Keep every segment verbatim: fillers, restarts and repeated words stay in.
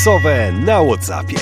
Głosowe na WhatsAppie.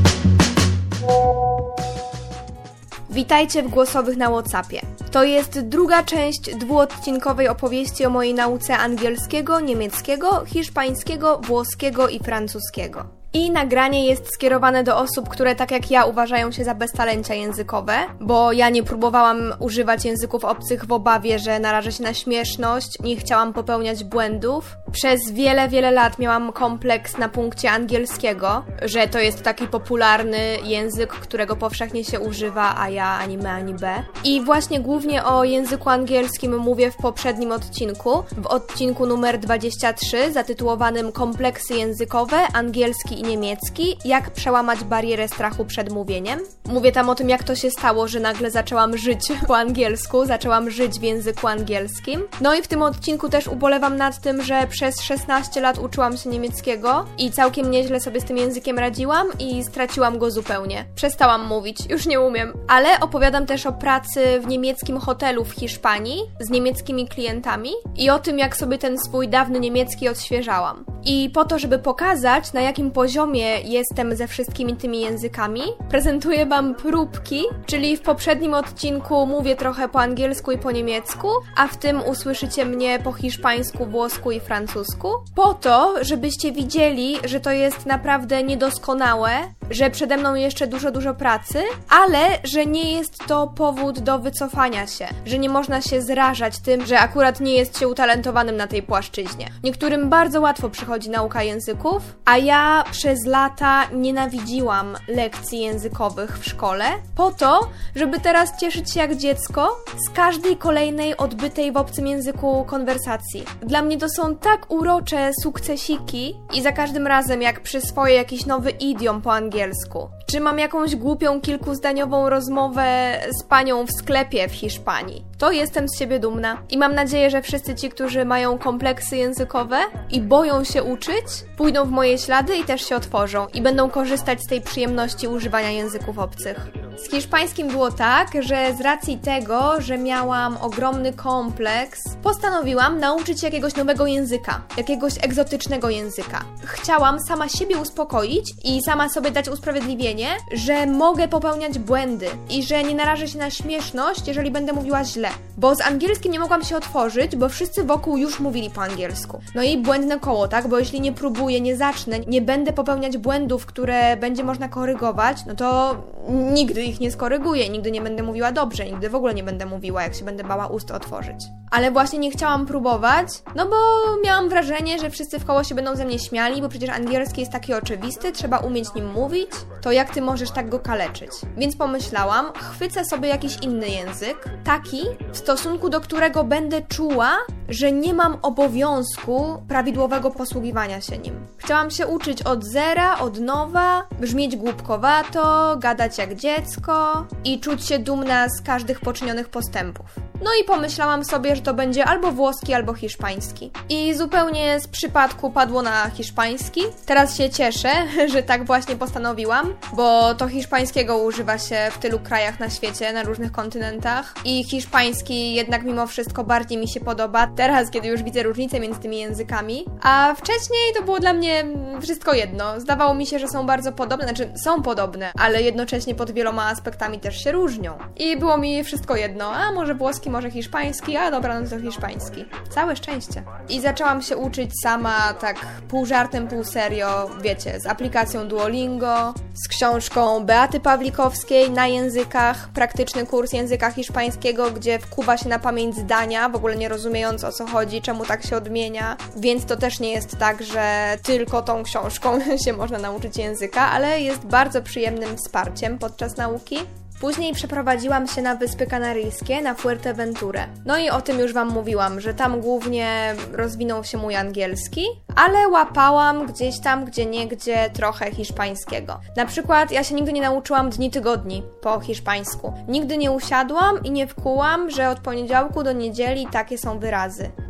Witajcie w Głosowych na WhatsAppie. To jest druga część dwuodcinkowej opowieści o mojej nauce angielskiego, niemieckiego, hiszpańskiego, włoskiego i francuskiego. I nagranie jest skierowane do osób, które tak jak ja uważają się za beztalencia językowe, bo ja nie próbowałam używać języków obcych w obawie, że narażę się na śmieszność, nie chciałam popełniać błędów. Przez wiele, wiele lat miałam kompleks na punkcie angielskiego, że to jest taki popularny język, którego powszechnie się używa, a ja ani my, ani B. I właśnie głównie o języku angielskim mówię w poprzednim odcinku, w odcinku numer dwadzieścia trzy, zatytułowanym Kompleksy językowe, angielski i niemiecki, jak przełamać barierę strachu przed mówieniem. Mówię tam o tym, jak to się stało, że nagle zaczęłam żyć po angielsku, zaczęłam żyć w języku angielskim. No i w tym odcinku też ubolewam nad tym, że przez szesnaście lat uczyłam się niemieckiego i całkiem nieźle sobie z tym językiem radziłam i straciłam go zupełnie. Przestałam mówić, już nie umiem. Ale opowiadam też o pracy w niemieckim hotelu w Hiszpanii z niemieckimi klientami i o tym, jak sobie ten swój dawny niemiecki odświeżałam. I po to, żeby pokazać, na jakim poziomie jestem ze wszystkimi tymi językami, prezentuję wam próbki, czyli w poprzednim odcinku mówię trochę po angielsku i po niemiecku, a w tym usłyszycie mnie po hiszpańsku, włosku i francusku, po to, żebyście widzieli, że to jest naprawdę niedoskonałe, że przede mną jeszcze dużo, dużo pracy, ale że nie jest to powód do wycofania się, że nie można się zrażać tym, że akurat nie jest się utalentowanym na tej płaszczyźnie. Niektórym bardzo łatwo przychodzi nauka języków, a ja przez lata nienawidziłam lekcji językowych w szkole, po to, żeby teraz cieszyć się jak dziecko z każdej kolejnej odbytej w obcym języku konwersacji. Dla mnie to są tak urocze sukcesiki i za każdym razem, jak przyswoję jakiś nowy idiom po angielsku, czy mam jakąś głupią kilkuzdaniową rozmowę z panią w sklepie w Hiszpanii, to jestem z siebie dumna. I mam nadzieję, że wszyscy ci, którzy mają kompleksy językowe i boją się uczyć, pójdą w moje ślady i też się otworzą i będą korzystać z tej przyjemności używania języków obcych. Z hiszpańskim było tak, że z racji tego, że miałam ogromny kompleks, postanowiłam nauczyć się jakiegoś nowego języka, jakiegoś egzotycznego języka. Chciałam sama siebie uspokoić i sama sobie dać usprawiedliwienie, że mogę popełniać błędy i że nie narażę się na śmieszność, jeżeli będę mówiła źle. Bo z angielskim nie mogłam się otworzyć, bo wszyscy wokół już mówili po angielsku. No i błędne koło, tak? Bo jeśli nie próbuję, nie zacznę, nie będę popełniać błędów, które będzie można korygować, no to nigdy ich nie skoryguję, nigdy nie będę mówiła dobrze, nigdy w ogóle nie będę mówiła, jak się będę bała ust otworzyć. Ale właśnie nie chciałam próbować, no bo miałam wrażenie, że wszyscy w koło się będą ze mnie śmiali, bo przecież angielski jest taki oczywisty, trzeba umieć nim mówić, to jak ty możesz tak go kaleczyć? Więc pomyślałam, chwycę sobie jakiś inny język, taki, w stosunku do którego będę czuła, że nie mam obowiązku prawidłowego posługiwania się nim. Chciałam się uczyć od zera, od nowa, brzmieć głupkowato, gadać jak dziecko i czuć się dumna z każdych poczynionych postępów. No i pomyślałam sobie, że to będzie albo włoski, albo hiszpański. I zupełnie z przypadku padło na hiszpański. Teraz się cieszę, że tak właśnie postanowiłam, bo to hiszpańskiego używa się w tylu krajach na świecie, na różnych kontynentach i hiszpański jednak mimo wszystko bardziej mi się podoba teraz, kiedy już widzę różnicę między tymi językami, a wcześniej to było dla mnie wszystko jedno. Zdawało mi się, że są bardzo podobne, znaczy są podobne, ale jednocześnie pod wieloma aspektami też się różnią. I było mi wszystko jedno, a może włoski, może hiszpański, a dobra, no to hiszpański. Całe szczęście. I zaczęłam się uczyć sama tak pół żartem, pół serio, wiecie, z aplikacją Duolingo, z książką Beaty Pawlikowskiej na językach, praktyczny kurs języka hiszpańskiego, gdzie wkuwa się na pamięć zdania, w ogóle nie rozumiejąc o co chodzi, czemu tak się odmienia, więc to też nie jest tak, że tylko tą książką się można nauczyć języka, ale jest bardzo przyjemnym wsparciem podczas nauki. Później przeprowadziłam się na Wyspy Kanaryjskie, na Fuerteventurę. No i o tym już wam mówiłam, że tam głównie rozwinął się mój angielski, ale łapałam gdzieś tam, gdzie niegdzie trochę hiszpańskiego. Na przykład ja się nigdy nie nauczyłam dni tygodni po hiszpańsku. Nigdy nie usiadłam i nie wkułam, że od poniedziałku do niedzieli takie są wyrazy.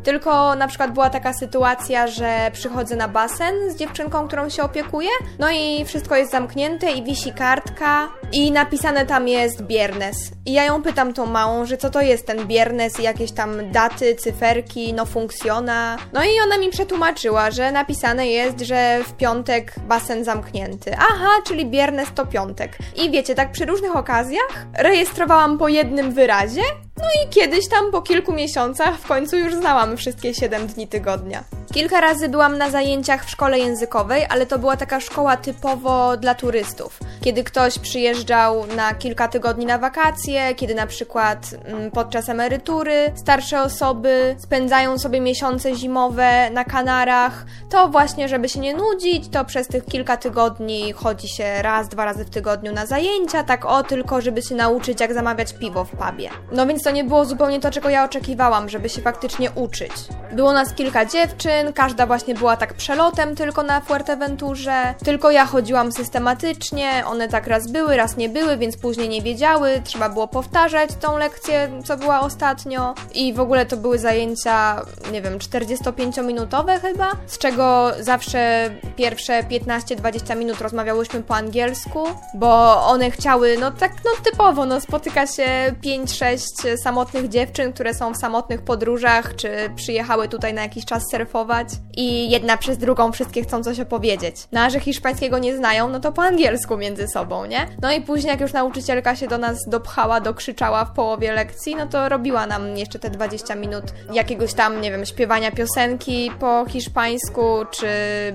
tylko na przykład była taka sytuacja, że przychodzę na basen z dziewczynką, którą się opiekuję, no i wszystko jest zamknięte i wisi kartka i napisane tam jest biernes. I ja ją pytam tą małą, że co to jest ten biernes i jakieś tam daty, cyferki, no funkcjona. No i ona mi przetłumaczyła, że napisane jest, że w piątek basen zamknięty. Aha, czyli biernes to piątek. I wiecie, tak przy różnych okazjach rejestrowałam po jednym wyrazie, no i kiedyś tam po kilku miesiącach w końcu już znałam wszystkie siedem dni tygodnia. Kilka razy byłam na zajęciach w szkole językowej, ale to była taka szkoła typowo dla turystów. Kiedy ktoś przyjeżdżał na kilka tygodni na wakacje, kiedy na przykład mm, podczas emerytury starsze osoby spędzają sobie miesiące zimowe na Kanarach, to właśnie, żeby się nie nudzić, to przez tych kilka tygodni chodzi się raz, dwa razy w tygodniu na zajęcia, tak o, tylko żeby się nauczyć, jak zamawiać piwo w pubie. No więc to nie było zupełnie to, czego ja oczekiwałam, żeby się faktycznie uczyć. Było nas kilka dziewczyn, każda właśnie była tak przelotem tylko na Fuerteventurze, tylko ja chodziłam systematycznie, one tak raz były, raz nie były, więc później nie wiedziały, trzeba było powtarzać tą lekcję, co była ostatnio i w ogóle to były zajęcia, nie wiem, czterdziestopięciominutowe chyba, z czego zawsze pierwsze piętnaście dwadzieścia minut rozmawiałyśmy po angielsku, bo one chciały, no tak no typowo, no spotyka się pięć sześć samotnych dziewczyn, które są w samotnych podróżach, czy przyjechały tutaj na jakiś czas surfować i jedna przez drugą wszystkie chcą coś opowiedzieć. No a że hiszpańskiego nie znają, no to po angielsku między sobą, nie? No i później jak już nauczycielka się do nas dopchała, dokrzyczała w połowie lekcji, no to robiła nam jeszcze te dwadzieścia minut jakiegoś tam, nie wiem, śpiewania piosenki po hiszpańsku, czy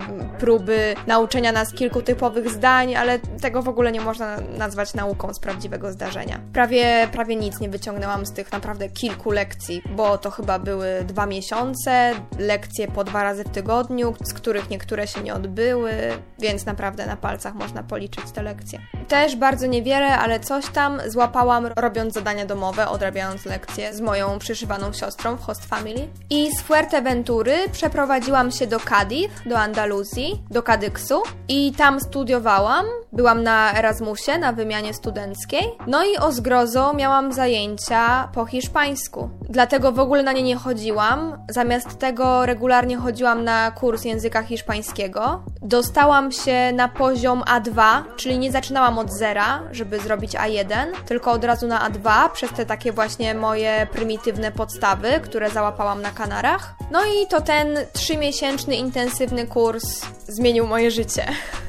próby nauczenia nas kilku typowych zdań, ale tego w ogóle nie można nazwać nauką z prawdziwego zdarzenia. Prawie, prawie nic nie wyciągnęłam z tych naprawdę kilku lekcji, bo to chyba były dwa miesiące, lekcje po dwa razy w tygodniu, z których niektóre się nie odbyły, więc naprawdę na palcach można policzyć te lekcje. Też bardzo niewiele, ale coś tam złapałam robiąc zadania domowe, odrabiając lekcje z moją przyszywaną siostrą w host family. I z Fuerteventury przeprowadziłam się do Cadiz, do Andaluzji, do Cadyksu i tam studiowałam. Byłam na Erasmusie, na wymianie studenckiej. No i o zgrozo miałam zajęcia po hiszpańsku. Dlatego w ogóle na nie nie chodziłam. Zamiast tego regularnie chodziłam na kurs języka hiszpańskiego. Dostałam się na poziom A dwa, czyli nie zaczynałam od zera, żeby zrobić A jeden, tylko od razu na A dwa, przez te takie właśnie moje prymitywne podstawy, które załapałam na Kanarach. No i to ten trzymiesięczny intensywny kurs zmienił moje życie.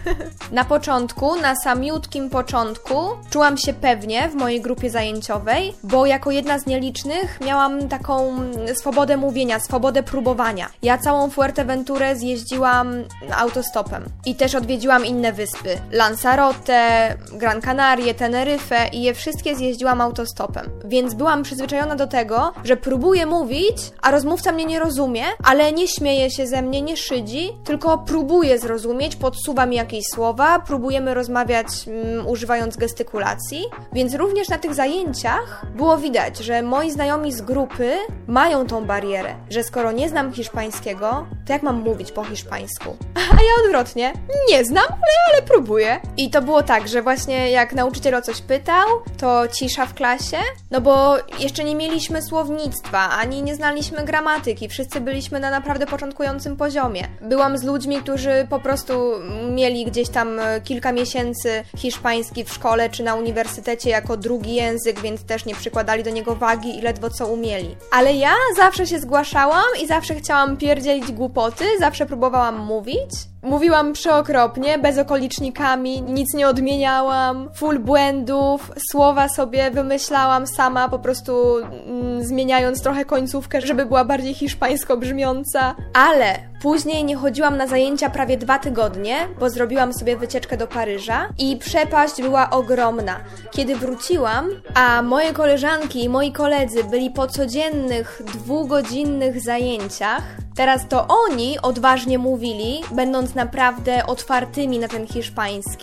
Na początku, na samiutkim początku czułam się pewnie w mojej grupie zajęciowej, bo jako jedna z nielicznych miałam taką swobodę mówienia, swobodę próbowania. Ja całą Fuerteventurę zjeździłam autostopem i też odwiedziłam inne wyspy. Lanzarote, Gran Canarie, Teneryfę i je wszystkie zjeździłam autostopem. Więc byłam przyzwyczajona do tego, że próbuję mówić, a rozmówca mnie nie rozumie, ale nie śmieje się ze mnie, nie szydzi, tylko próbuje zrozumieć, podsuwa mi jakieś słowa, próbujemy rozmawiać mm, używając gestykulacji, więc również na tych zajęciach było widać, że moi znajomi z grupy mają tą barierę, że skoro nie znam hiszpańskiego, to jak mam mówić po hiszpańsku? A ja odwrotnie, nie znam, ale, ale próbuję. I to było tak, że właśnie jak nauczyciel o coś pytał, to cisza w klasie, no bo jeszcze nie mieliśmy słownictwa, ani nie znaliśmy gramatyki, wszyscy byliśmy na naprawdę początkującym poziomie. Byłam z ludźmi, którzy po prostu mieli gdzieś tam kilka miesięcy hiszpański w szkole czy na uniwersytecie jako drugi język, więc też nie przykładali do niego wagi i ledwo co umieli. Ale ja zawsze się zgłaszałam i zawsze chciałam pierdzielić głupoty, zawsze próbowałam mówić. Mówiłam przeokropnie, bez okolicznikami, nic nie odmieniałam, full błędów, słowa sobie wymyślałam sama, po prostu mm, zmieniając trochę końcówkę, żeby była bardziej hiszpańsko brzmiąca. Ale później nie chodziłam na zajęcia prawie dwa tygodnie, bo zrobiłam sobie wycieczkę do Paryża i przepaść była ogromna. Kiedy wróciłam, a moje koleżanki i moi koledzy byli po codziennych, dwugodzinnych zajęciach, teraz to oni odważnie mówili, będąc naprawdę otwartymi na ten hiszpański,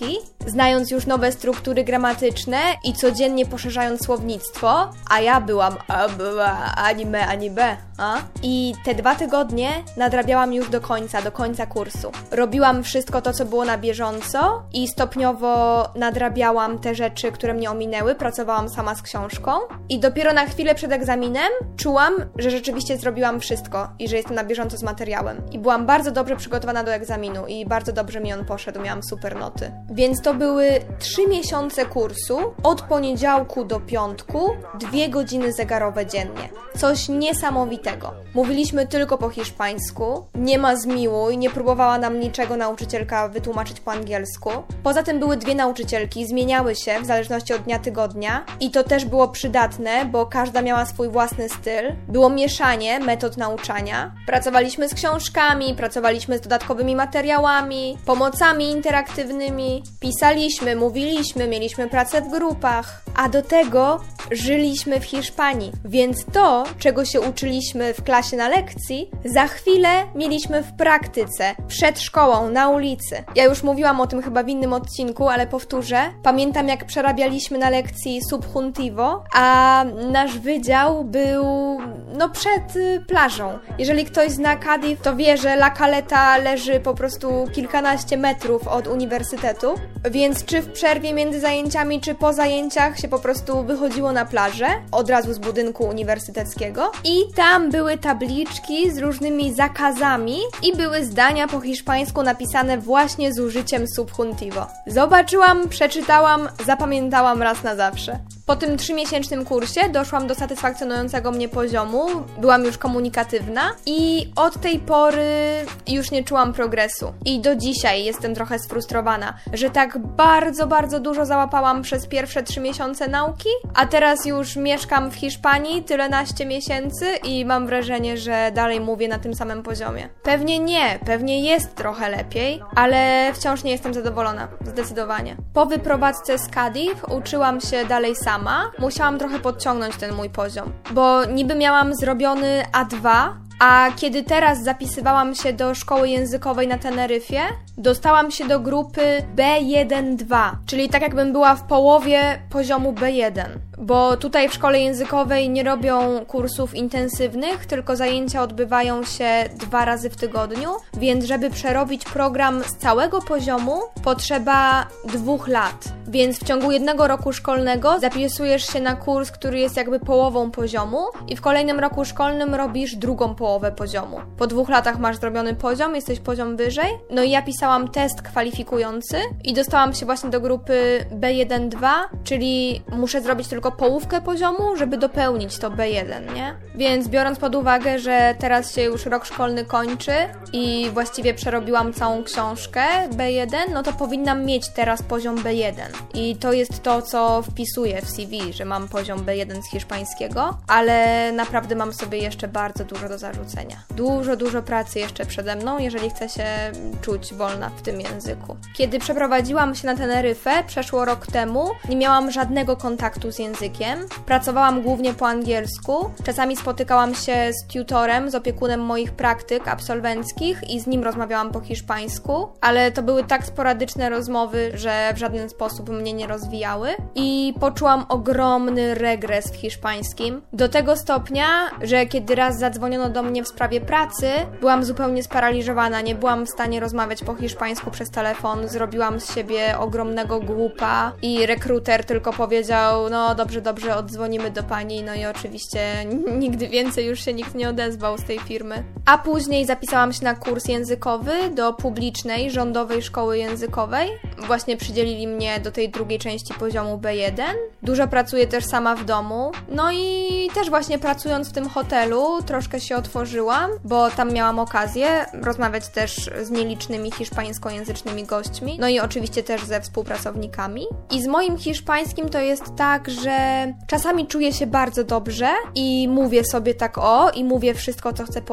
znając już nowe struktury gramatyczne i codziennie poszerzając słownictwo, a ja byłam a, była, anime, anime, a? I te dwa tygodnie nadrabiałam już do końca, do końca kursu. Robiłam wszystko to, co było na bieżąco i stopniowo nadrabiałam te rzeczy, które mnie ominęły, pracowałam sama z książką i dopiero na chwilę przed egzaminem czułam, że rzeczywiście zrobiłam wszystko i że jestem na bieżąco z materiałem. I byłam bardzo dobrze przygotowana do egzaminu i bardzo dobrze mi on poszedł, miałam super noty. Więc to były trzy miesiące kursu, od poniedziałku do piątku, dwie godziny zegarowe dziennie. Coś niesamowitego. Mówiliśmy tylko po hiszpańsku, nie ma zmiłuj, nie próbowała nam niczego nauczycielka wytłumaczyć po angielsku. Poza tym były dwie nauczycielki, zmieniały się w zależności od dnia tygodnia i to też było przydatne, bo każda miała swój własny styl. Było mieszanie metod nauczania. Pracowaliśmy z książkami, pracowaliśmy z dodatkowymi materiałami, pomocami interaktywnymi, pisaliśmy, mówiliśmy, mieliśmy pracę w grupach, a do tego żyliśmy w Hiszpanii, więc to, czego się uczyliśmy w klasie na lekcji, za chwilę mieliśmy w praktyce, przed szkołą, na ulicy. Ja już mówiłam o tym chyba w innym odcinku, ale powtórzę. Pamiętam, jak przerabialiśmy na lekcji subjuntivo, a nasz wydział był no przed y, plażą. Jeżeli ktoś zna Cádiz, to wie, że La Caleta leży po prostu kilkanaście metrów od uniwersytetu, więc czy w przerwie między zajęciami, czy po zajęciach się po prostu wychodziło na plażę, od razu z budynku uniwersyteckiego i tam były tabliczki z różnymi zakazami i były zdania po hiszpańsku napisane właśnie z użyciem subjuntivo. Zobaczyłam, przeczytałam, zapamiętałam raz na zawsze. Po tym trzymiesięcznym kursie doszłam do satysfakcjonującego mnie poziomu, byłam już komunikatywna i od tej pory już nie czułam progresu. I do dzisiaj jestem trochę sfrustrowana, że tak bardzo, bardzo dużo załapałam przez pierwsze trzy miesiące nauki, a teraz już mieszkam w Hiszpanii tyle naście miesięcy i mam wrażenie, że dalej mówię na tym samym poziomie. Pewnie nie, pewnie jest trochę lepiej, ale wciąż nie jestem zadowolona, zdecydowanie. Po wyprowadzce z Cádiz uczyłam się dalej sama. Musiałam trochę podciągnąć ten mój poziom, bo niby miałam zrobiony A dwa, a kiedy teraz zapisywałam się do szkoły językowej na Teneryfie, dostałam się do grupy B jeden dwa, czyli tak jakbym była w połowie poziomu B jeden. Bo tutaj w szkole językowej nie robią kursów intensywnych, tylko zajęcia odbywają się dwa razy w tygodniu, więc żeby przerobić program z całego poziomu, potrzeba dwóch lat. Więc w ciągu jednego roku szkolnego zapisujesz się na kurs, który jest jakby połową poziomu i w kolejnym roku szkolnym robisz drugą połowę poziomu. Po dwóch latach masz zrobiony poziom, jesteś poziom wyżej. No i ja pisałam test kwalifikujący i dostałam się właśnie do grupy B jeden dwa, czyli muszę zrobić tylko połówkę poziomu, żeby dopełnić to B jeden, nie? Więc biorąc pod uwagę, że teraz się już rok szkolny kończy i właściwie przerobiłam całą książkę B jeden, no to powinnam mieć teraz poziom B jeden. I to jest to, co wpisuję w C V, że mam poziom B jeden z hiszpańskiego, ale naprawdę mam sobie jeszcze bardzo dużo do zarzucenia. Dużo, dużo pracy jeszcze przede mną, jeżeli chcę się czuć wolna w tym języku. Kiedy przeprowadziłam się na Teneryfę, przeszło rok temu, nie miałam żadnego kontaktu z językiem. Pracowałam głównie po angielsku. Czasami spotykałam się z tutorem, z opiekunem moich praktyk absolwenckich i z nim rozmawiałam po hiszpańsku, ale to były tak sporadyczne rozmowy, że w żaden sposób mnie nie rozwijały i poczułam ogromny regres w hiszpańskim. Do tego stopnia, że kiedy raz zadzwoniono do mnie w sprawie pracy, byłam zupełnie sparaliżowana, nie byłam w stanie rozmawiać po hiszpańsku przez telefon, zrobiłam z siebie ogromnego głupa i rekruter tylko powiedział, no dobrze, dobrze, odzwonimy do pani, no i oczywiście nigdy więcej już się nikt nie odezwał z tej firmy. A później zapisałam się na kurs językowy do publicznej, rządowej szkoły językowej. Właśnie przydzielili mnie do tej drugiej części poziomu B jeden. Dużo pracuję też sama w domu. No i też właśnie pracując w tym hotelu troszkę się otworzyłam, bo tam miałam okazję rozmawiać też z nielicznymi hiszpańskojęzycznymi gośćmi. No i oczywiście też ze współpracownikami. I z moim hiszpańskim to jest tak, że czasami czuję się bardzo dobrze i mówię sobie tak o i mówię wszystko, co chcę powiedzieć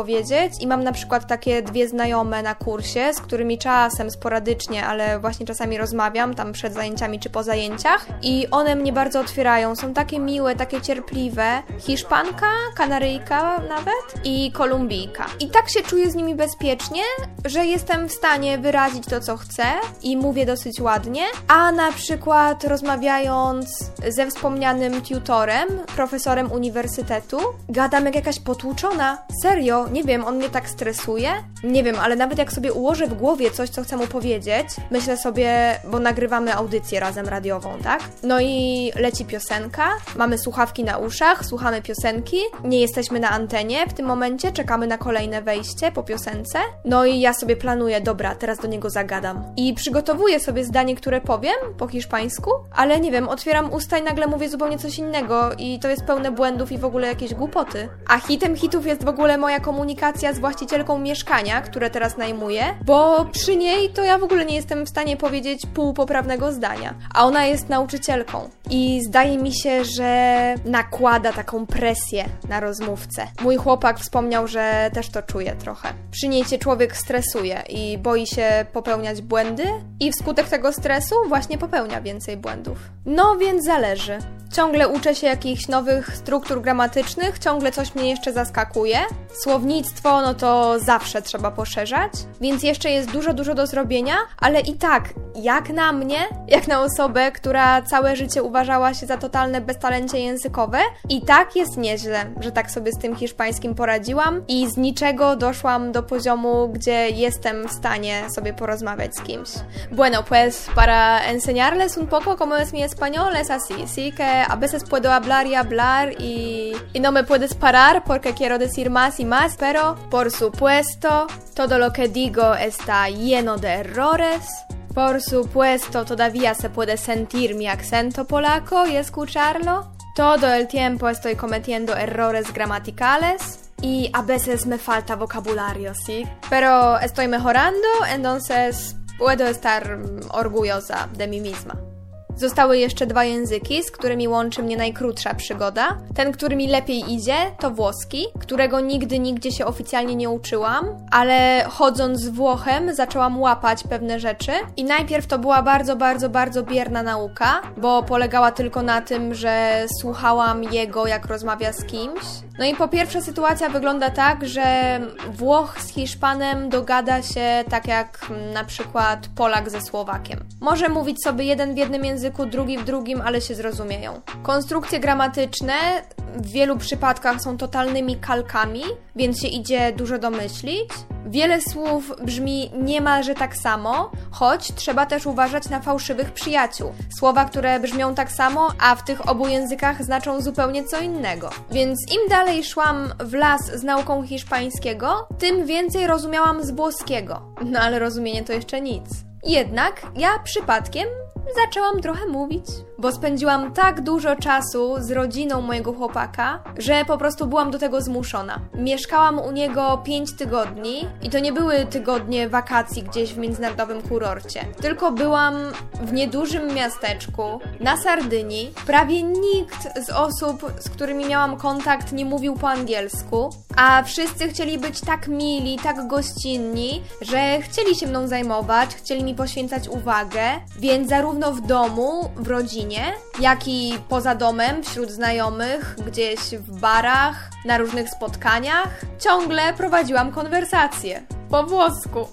powiedzieć i mam na przykład takie dwie znajome na kursie, z którymi czasem sporadycznie, ale właśnie czasami rozmawiam tam przed zajęciami czy po zajęciach i one mnie bardzo otwierają, są takie miłe, takie cierpliwe. Hiszpanka, Kanaryjka nawet i Kolumbijka. I tak się czuję z nimi bezpiecznie, że jestem w stanie wyrazić to, co chcę i mówię dosyć ładnie, a na przykład rozmawiając ze wspomnianym tutorem, profesorem uniwersytetu, gadam jak jakaś potłuczona. Serio, nie wiem, on mnie tak stresuje. Nie wiem, ale nawet jak sobie ułożę w głowie coś, co chcę mu powiedzieć, myślę sobie, bo nagrywamy audycję razem radiową, tak? No i leci piosenka, mamy słuchawki na uszach, słuchamy piosenki, nie jesteśmy na antenie w tym momencie, czekamy na kolejne wejście po piosence, no i ja sobie planuję, dobra, teraz do niego zagadam. I przygotowuję sobie zdanie, które powiem po hiszpańsku, ale nie wiem, otwieram usta i nagle mówię zupełnie coś innego i to jest pełne błędów i w ogóle jakieś głupoty. A hitem hitów jest w ogóle moja komunikacja z właścicielką mieszkania, które teraz najmuję, bo przy niej to ja w ogóle nie jestem w stanie powiedzieć półpoprawnego zdania, a ona jest nauczycielką i zdaje mi się, że nakłada taką presję na rozmówcę. Mój chłopak wspomniał, że też to czuje trochę. Przy niej się człowiek stresuje i boi się popełniać błędy i wskutek tego stresu właśnie popełnia więcej błędów. No więc zależy. Ciągle uczę się jakichś nowych struktur gramatycznych, ciągle coś mnie jeszcze zaskakuje. Słownictwo, no to zawsze trzeba poszerzać, więc jeszcze jest dużo, dużo do zrobienia, ale i tak, jak na mnie, jak na osobę, która całe życie uważała się za totalne beztalencie językowe, i tak jest nieźle, że tak sobie z tym hiszpańskim poradziłam i z niczego doszłam do poziomu, gdzie jestem w stanie sobie porozmawiać z kimś. Bueno, pues para enseñarles un poco cómo es mi español es así, sí que a veces puedo hablar y hablar y, y no me puedes parar porque quiero decir más y más, pero por supuesto todo lo que digo está lleno de errores. Por supuesto todavía se puede sentir mi acento polaco y escucharlo. Todo el tiempo estoy cometiendo errores gramaticales y a veces me falta vocabulario, ¿sí? Pero estoy mejorando, entonces puedo estar orgullosa de mí misma. Zostały jeszcze dwa języki, z którymi łączy mnie najkrótsza przygoda. Ten, który mi lepiej idzie, to włoski, którego nigdy nigdzie się oficjalnie nie uczyłam, ale chodząc z Włochem zaczęłam łapać pewne rzeczy i najpierw to była bardzo, bardzo, bardzo bierna nauka, bo polegała tylko na tym, że słuchałam jego, jak rozmawia z kimś. No i po pierwsze sytuacja wygląda tak, że Włoch z Hiszpanem dogada się tak jak na przykład Polak ze Słowakiem. Może mówić sobie jeden w jednym języku, drugi w drugim, ale się zrozumieją. Konstrukcje gramatyczne w wielu przypadkach są totalnymi kalkami, więc się idzie dużo domyślić. Wiele słów brzmi niemalże tak samo, choć trzeba też uważać na fałszywych przyjaciół. Słowa, które brzmią tak samo, a w tych obu językach znaczą zupełnie co innego. Więc im dalej szłam w las z nauką hiszpańskiego, tym więcej rozumiałam z włoskiego. No ale rozumienie to jeszcze nic. Jednak ja przypadkiem zaczęłam trochę mówić, bo spędziłam tak dużo czasu z rodziną mojego chłopaka, że po prostu byłam do tego zmuszona. Mieszkałam u niego pięć tygodni i to nie były tygodnie wakacji gdzieś w międzynarodowym kurorcie, tylko byłam w niedużym miasteczku na Sardynii. Prawie nikt z osób, z którymi miałam kontakt, nie mówił po angielsku, a wszyscy chcieli być tak mili, tak gościnni, że chcieli się mną zajmować, chcieli mi poświęcać uwagę, więc zarówno w domu, w rodzinie, jak i poza domem, wśród znajomych, gdzieś w barach, na różnych spotkaniach, ciągle prowadziłam konwersacje po włosku.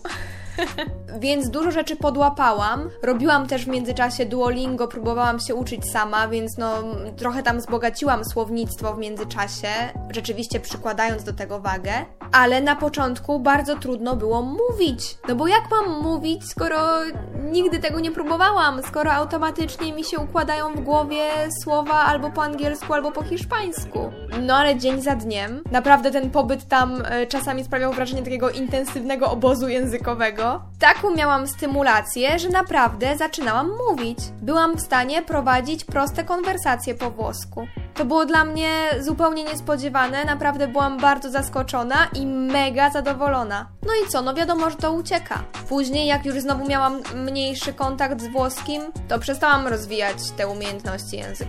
Więc dużo rzeczy podłapałam. Robiłam też w międzyczasie Duolingo, próbowałam się uczyć sama, więc no trochę tam wzbogaciłam słownictwo w międzyczasie, rzeczywiście przykładając do tego wagę, ale na początku bardzo trudno było mówić. No bo jak mam mówić, skoro nigdy tego nie próbowałam, skoro automatycznie mi się układają w głowie słowa albo po angielsku, albo po hiszpańsku. No ale dzień za dniem, naprawdę ten pobyt tam y, czasami sprawiał wrażenie takiego intensywnego obozu językowego. Taką miałam stymulację, że naprawdę zaczynałam mówić. Byłam w stanie prowadzić proste konwersacje po włosku. To było dla mnie zupełnie niespodziewane, naprawdę byłam bardzo zaskoczona i mega zadowolona. No i co, no wiadomo, że to ucieka. Później, jak już znowu miałam mniejszy kontakt z włoskim, to przestałam rozwijać te umiejętności językowe.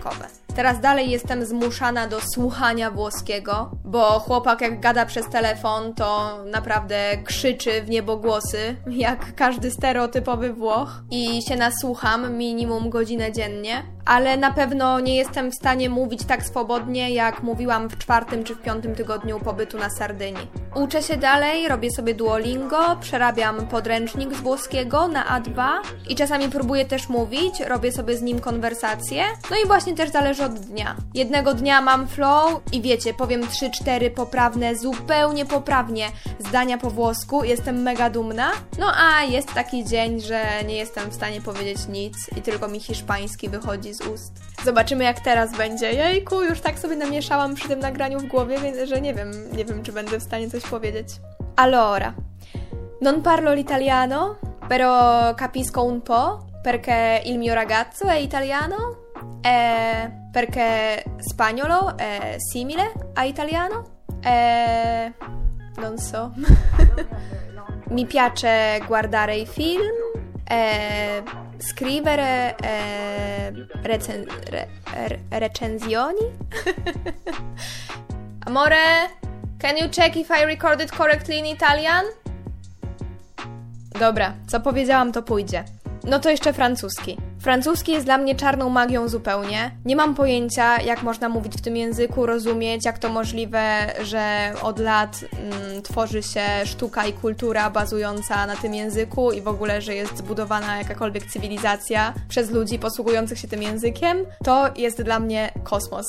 Teraz dalej jestem zmuszana do słuchania włoskiego, bo chłopak jak gada przez telefon, to naprawdę krzyczy w niebogłosy, jak każdy stereotypowy Włoch. I się nasłucham minimum godzinę dziennie, ale na pewno nie jestem w stanie mówić tak swobodnie, jak mówiłam w czwartym czy w piątym tygodniu pobytu na Sardynii. Uczę się dalej, robię sobie Duolingo, przerabiam podręcznik z włoskiego na A dwa i czasami próbuję też mówić, robię sobie z nim konwersacje. No i właśnie też zależy od dnia. Jednego dnia mam flow i wiecie, powiem trzy cztery poprawne, zupełnie poprawnie zdania po włosku, jestem mega dumna. No a jest taki dzień, że nie jestem w stanie powiedzieć nic i tylko mi hiszpański wychodzi z ust. Zobaczymy jak teraz będzie. Jejku, już tak sobie namieszałam przy tym nagraniu w głowie, że nie wiem, nie wiem czy będę w stanie coś powiedzieć. Allora, non parlo l'italiano, però capisco un po', perché il mio ragazzo è italiano, e perché spagnolo è simile a italiano, e non so. Mi piace guardare i film, e scrivere e recen- re- re- recensioni. Amore, can you check if I recorded correctly in Italian? Dobra, co powiedziałam, to pójdzie. No to jeszcze francuski. Francuski jest dla mnie czarną magią zupełnie. Nie mam pojęcia, jak można mówić w tym języku, rozumieć, jak to możliwe, że od lat mm, tworzy się sztuka i kultura bazująca na tym języku i w ogóle, że jest zbudowana jakakolwiek cywilizacja przez ludzi posługujących się tym językiem. To jest dla mnie kosmos.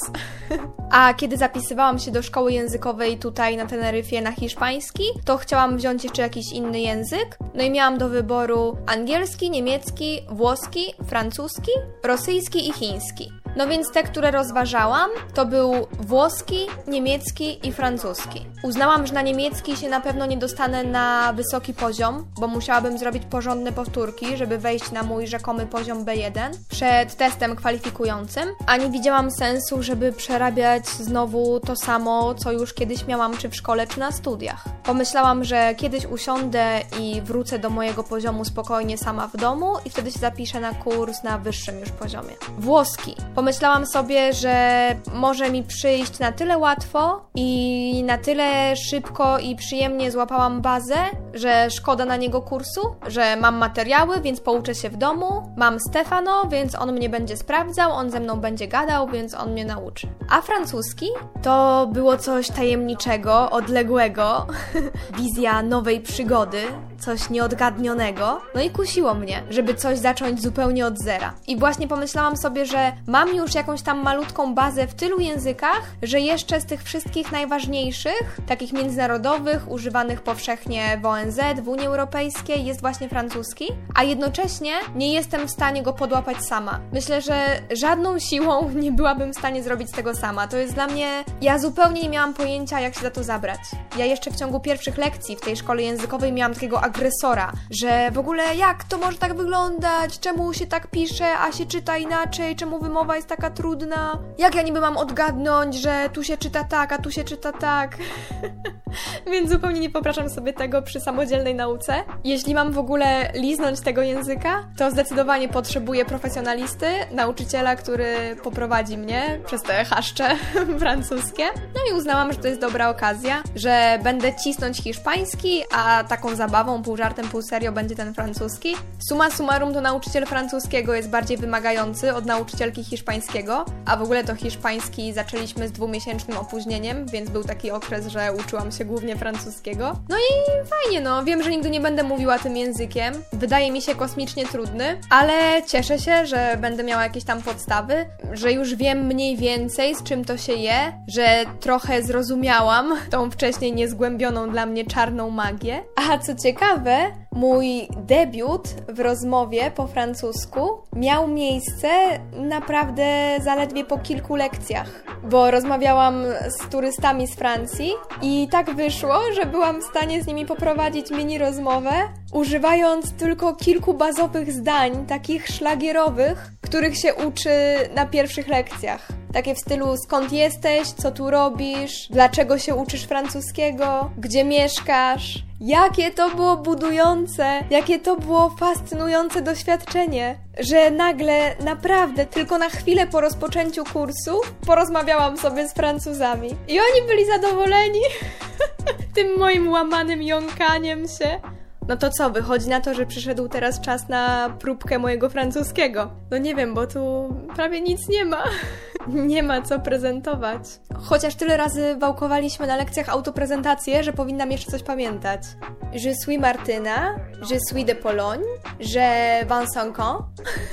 A kiedy zapisywałam się do szkoły językowej tutaj na Teneryfie na hiszpański, to chciałam wziąć jeszcze jakiś inny język. No i miałam do wyboru angielski, niemiecki, włoski, francuski, francuski, rosyjski i chiński. No więc te, które rozważałam, to był włoski, niemiecki i francuski. Uznałam, że na niemiecki się na pewno nie dostanę na wysoki poziom, bo musiałabym zrobić porządne powtórki, żeby wejść na mój rzekomy poziom B jeden przed testem kwalifikującym, a nie widziałam sensu, żeby przerabiać znowu to samo, co już kiedyś miałam czy w szkole, czy na studiach. Pomyślałam, że kiedyś usiądę i wrócę do mojego poziomu spokojnie sama w domu i wtedy się zapiszę na kurs na wyższym już poziomie. Włoski. Pomyślałam sobie, że może mi przyjść na tyle łatwo i na tyle szybko i przyjemnie złapałam bazę, że szkoda na niego kursu, że mam materiały, więc pouczę się w domu, mam Stefano, więc on mnie będzie sprawdzał, on ze mną będzie gadał, więc on mnie nauczy. A francuski to było coś tajemniczego, odległego, wizja nowej przygody, coś nieodgadnionego, no i kusiło mnie, żeby coś zacząć zupełnie od zera. I właśnie pomyślałam sobie, że mam już jakąś tam malutką bazę w tylu językach, że jeszcze z tych wszystkich najważniejszych, takich międzynarodowych, używanych powszechnie w O N Z, w Unii Europejskiej, jest właśnie francuski, a jednocześnie nie jestem w stanie go podłapać sama. Myślę, że żadną siłą nie byłabym w stanie zrobić tego sama. To jest dla mnie... Ja zupełnie nie miałam pojęcia, jak się za to zabrać. Ja jeszcze w ciągu pierwszych lekcji w tej szkole językowej miałam takiego agresora, że w ogóle jak to może tak wyglądać, czemu się tak pisze, a się czyta inaczej, czemu wymowa jest taka trudna, jak ja niby mam odgadnąć, że tu się czyta tak, a tu się czyta tak. Więc zupełnie nie wyobrażam sobie tego przy samodzielnej nauce. Jeśli mam w ogóle liznąć tego języka, to zdecydowanie potrzebuję profesjonalisty, nauczyciela, który poprowadzi mnie przez te chaszcze francuskie. No i uznałam, że to jest dobra okazja, że będę cisnąć hiszpański, a taką zabawą, pół żartem, pół serio będzie ten francuski. Summa summarum to nauczyciel francuskiego jest bardziej wymagający od nauczycielki hiszpańskiego, a w ogóle to hiszpański zaczęliśmy z dwumiesięcznym opóźnieniem, więc był taki okres, że uczyłam się głównie francuskiego. No i fajnie, no. Wiem, że nigdy nie będę mówiła tym językiem. Wydaje mi się kosmicznie trudny, ale cieszę się, że będę miała jakieś tam podstawy, że już wiem mniej więcej, z czym to się je, że trochę zrozumiałam tą wcześniej niezgłębioną dla mnie czarną magię. A co ciekawe, mój debiut w rozmowie po francusku miał miejsce naprawdę zaledwie po kilku lekcjach, bo rozmawiałam z turystami z Francji i tak wyszło, że byłam w stanie z nimi poprowadzić mini rozmowę, używając tylko kilku bazowych zdań, takich szlagierowych, których się uczy na pierwszych lekcjach. Takie w stylu skąd jesteś, co tu robisz, dlaczego się uczysz francuskiego, gdzie mieszkasz. Jakie to było budujące, jakie to było fascynujące doświadczenie, że nagle, naprawdę, tylko na chwilę po rozpoczęciu kursu porozmawiałam sobie z Francuzami. I oni byli zadowoleni tym moim łamanym jąkaniem się. No to co, wychodzi na to, że przyszedł teraz czas na próbkę mojego francuskiego. No nie wiem, bo tu prawie nic nie ma. Nie ma co prezentować. Chociaż tyle razy wałkowaliśmy na lekcjach autoprezentację, że powinnam jeszcze coś pamiętać. Je suis Martyna, je suis de Pologne, j'ai vingt-cinq ans,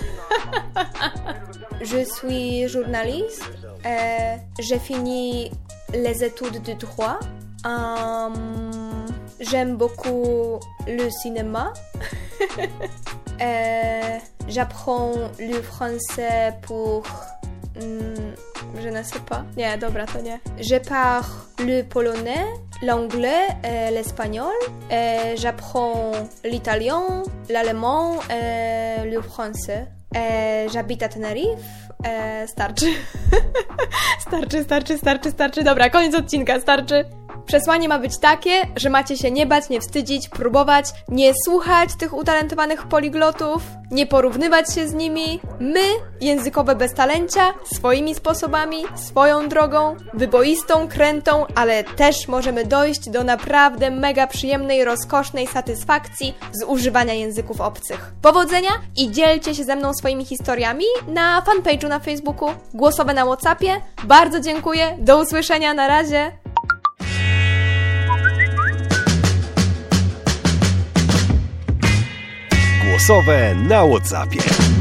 je suis journaliste, euh, j'ai fini les études de droit, um, j'aime beaucoup le cinéma, euh, j'apprends le français pour... Mm, je ne sais pas. Nie, dobra, to nie. Je parle le polonais, l'anglais, euh, l'espagnol. Euh, j'apprends l'italien, l'allemand, euh, le français. Euh, j'habite à Tenerife. Euh, starczy. starczy, starczy, starczy, starczy. Dobra, koniec odcinka, starczy. Przesłanie ma być takie, że macie się nie bać, nie wstydzić, próbować, nie słuchać tych utalentowanych poliglotów, nie porównywać się z nimi. My, językowe beztalencia, swoimi sposobami, swoją drogą, wyboistą, krętą, ale też możemy dojść do naprawdę mega przyjemnej, rozkosznej satysfakcji z używania języków obcych. Powodzenia i dzielcie się ze mną swoimi historiami na fanpage'u na Facebooku, głosowe na WhatsAppie. Bardzo dziękuję, do usłyszenia, na razie! Głosowe na WhatsAppie.